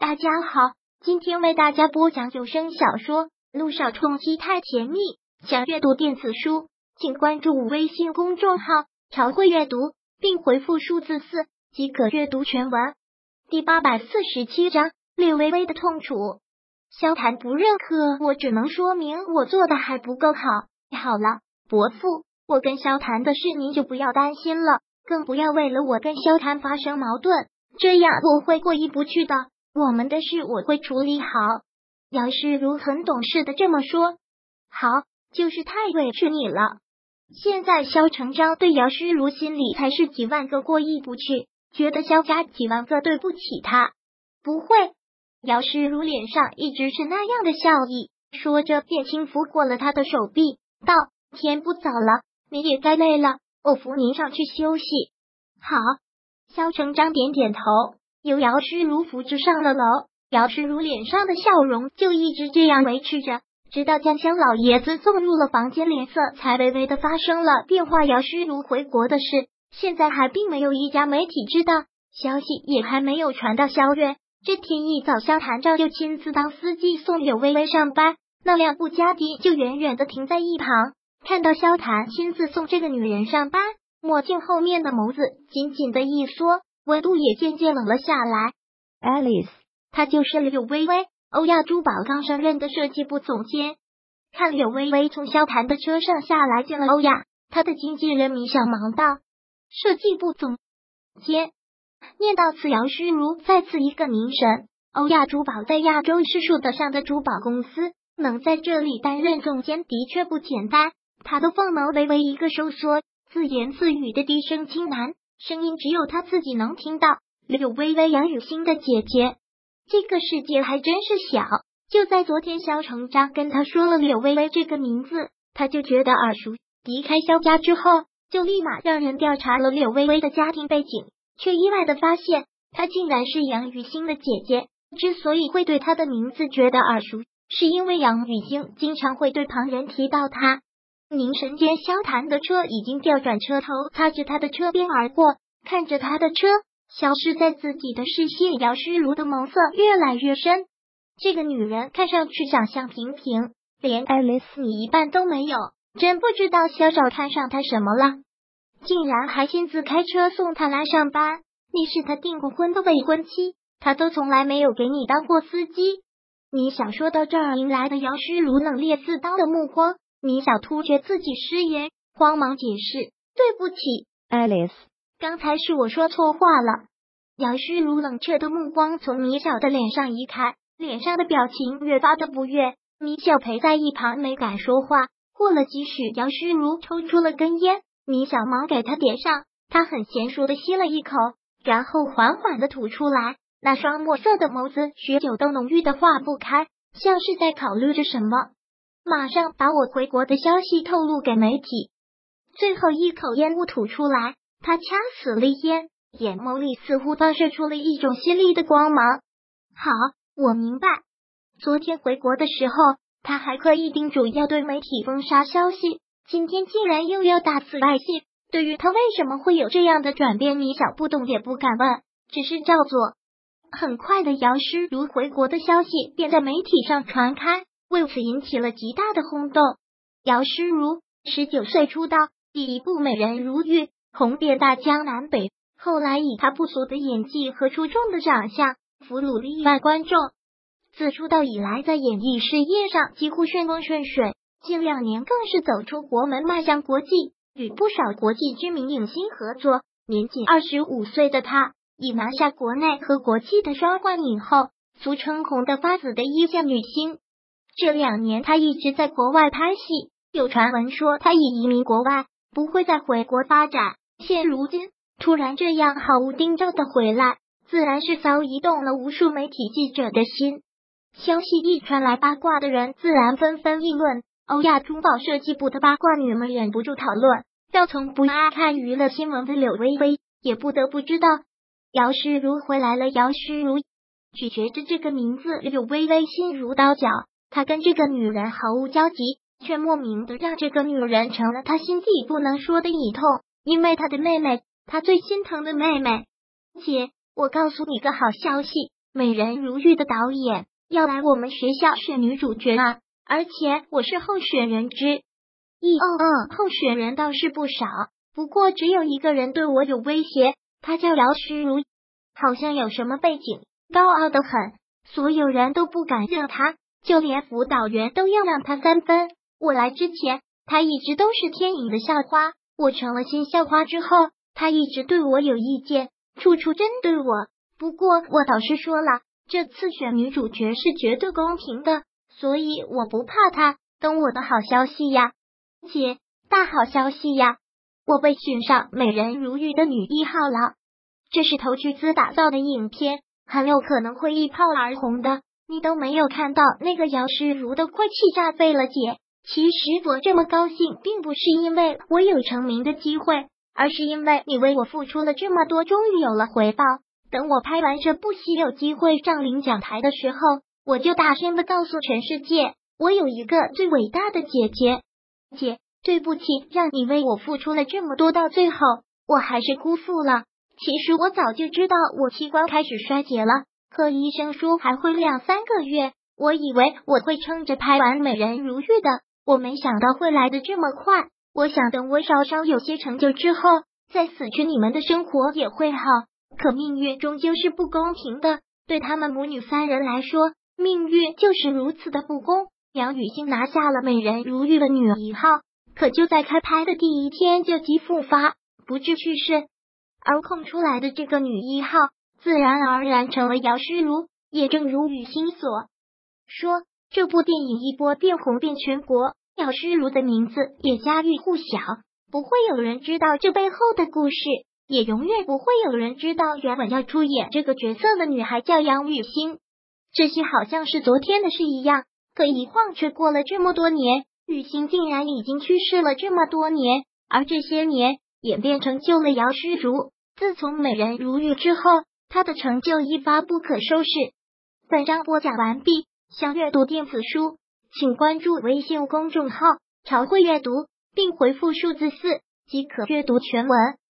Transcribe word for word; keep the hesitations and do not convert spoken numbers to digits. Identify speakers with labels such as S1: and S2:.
S1: 大家好，今天为大家播讲有声小说《路上冲击太甜蜜》。想阅读电子书，请关注微信公众号朝会阅读，并回复数字四即可阅读全文。第八百四十七章，略微微的痛楚。萧谈不认可，我只能说明我做的还不够好。好了，伯父，我跟萧谈的事您就不要担心了，更不要为了我跟萧谈发生矛盾，这样我会过意不去的。我们的事我会处理好。姚诗如很懂事的这么说。好，就是太委屈你了。现在萧成章对姚诗如心里才是几万个过意不去，觉得萧家几万个对不起他。不会，姚诗如脸上一直是那样的笑意，说着便轻抚过了他的手臂，道：天不早了，你也该累了，我扶您上去休息。好。萧成章点点头，由姚诗如扶着上了楼。姚诗如脸上的笑容就一直这样维持着，直到将萧老爷子送入了房间，脸色才微微的发生了变化。姚诗如回国的事，现在还并没有一家媒体知道，消息也还没有传到萧院。这天一早，萧谭照就亲自当司机送柳微微上班，那辆布加迪就远远的停在一旁。看到萧谭亲自送这个女人上班，墨镜后面的眸子紧紧的一缩，温度也渐渐冷了下来。 Alice， 她就是柳微微，欧亚珠宝刚上任的设计部总监。看柳微微从萧谭的车上下来，进了欧亚，他的经纪人米小忙道：设计部总监。念到此，姚诗如再次一个凝神。欧亚珠宝在亚洲是数得上的珠宝公司，能在这里担任总监的确不简单。他的凤眸微微一个收缩，自言自语的低声轻喃，声音只有他自己能听到。柳微微，杨雨欣的姐姐。这个世界还真是小。就在昨天，萧成章跟他说了柳微微这个名字，他就觉得耳熟。离开萧家之后，就立马让人调查了柳微微的家庭背景，却意外的发现她竟然是杨雨欣的姐姐。之所以会对她的名字觉得耳熟，是因为杨雨欣经常会对旁人提到她。凝神间，萧谭的车已经调转车头，擦着他的车边而过，看着他的车消失在自己的视线，姚诗如的眸色越来越深。这个女人看上去长相平平，连 Alice 你一半都没有，真不知道萧少看上她什么了，竟然还亲自开车送她来上班。你是他订过婚的未婚妻，他都从来没有给你当过司机。米小说到这儿，迎来的姚诗如冷冽似刀的目光。米小突觉自己失言，慌忙解释：对不起 Alice， 刚才是我说错话了。姚诗如冷彻的目光从米小的脸上移开，脸上的表情越发的不悦。米小陪在一旁没敢说话。过了几许，姚诗如抽出了根烟，米小忙给他点上，他很娴熟的吸了一口，然后缓缓的吐出来，那双墨色的眸子许久都浓郁的化不开，像是在考虑着什么。马上把我回国的消息透露给媒体。最后一口烟雾吐出来，他掐死了烟，眼眸里似乎放射出了一种犀利的光芒。好，我明白。昨天回国的时候，他还刻意叮嘱要对媒体封杀消息，今天竟然又要大肆外泄。对于他为什么会有这样的转变，米小不懂也不敢问，只是照做。很快的，姚诗如回国的消息便在媒体上传开，为此引起了极大的轰动。姚诗如十九岁出道，第一部《美人如玉》红遍大江南北，后来以她不俗的演技和出众的长相俘虏了亿万观众。自出道以来，在演艺事业上几乎顺风顺水，近两年更是走出国门迈向国际，与不少国际知名影星合作。年仅二十五岁的她已拿下国内和国际的双冠影后，俗称红得发紫的一线女星。这两年她一直在国外拍戏，有传闻说她已移民国外，不会再回国发展。现如今突然这样毫无征兆的回来，自然是早已动了无数媒体记者的心。消息一传来，八卦的人自然纷纷议论。欧亚珠宝设计部的八卦女们忍不住讨论，让从不爱看娱乐新闻的柳微微也不得不知道姚诗如回来了。姚诗如咀嚼着这个名字，柳微微心如刀绞。他跟这个女人毫无交集，却莫名的让这个女人成了他心底不能说的隐痛。因为他的妹妹，他最心疼的妹妹。姐，我告诉你个好消息， 美人如玉的导演要来我们学校选女主角啊，而且我是候选人之一。嗯嗯，候选人倒是不少，不过只有一个人对我有威胁，他叫姚诗如，好像有什么背景，高傲得很，所有人都不敢惹他，就连辅导员都要让他三分。我来之前，他一直都是天影的校花，我成了新校花之后，他一直对我有意见，处处针对我。不过我导师说了，这次选女主角是绝对公平的，所以我不怕他。等我的好消息呀，姐，大好消息呀！我被选上美人如玉的女一号了。这是投巨资打造的影片，很有可能会一炮而红的。你都没有看到那个姚诗如的快气炸飞了，姐。其实我这么高兴，并不是因为我有成名的机会，而是因为你为我付出了这么多，终于有了回报。等我拍完这部戏有机会上领奖台的时候，我就大声的告诉全世界，我有一个最伟大的姐姐。姐，对不起，让你为我付出了这么多，到最后我还是辜负了。其实我早就知道我器官开始衰竭了，可医生说还会两三个月，我以为我会撑着拍完美人如玉的，我没想到会来得这么快。我想等我稍稍有些成就之后，再死去，你们的生活也会好。可命运终究是不公平的，对他们母女三人来说，命运就是如此的不公。杨雨欣拿下了美人如玉的女一号，可就在开拍的第一天就急复发，不治去世。而空出来的这个女一号，自然而然成了姚诗如。也正如雨欣所说，这部电影一播便红遍全国，姚诗如的名字也家喻户晓。不会有人知道这背后的故事，也永远不会有人知道原本要出演这个角色的女孩叫杨雨欣。这些好像是昨天的事一样，可一晃却过了这么多年，雨欣竟然已经去世了这么多年，而这些年演变成就了姚诗如。自从美人如玉之后，她的成就一发不可收拾。本章播讲完毕，想阅读电子书，请关注微信公众号朝会阅读，并回复数字四即可阅读全文。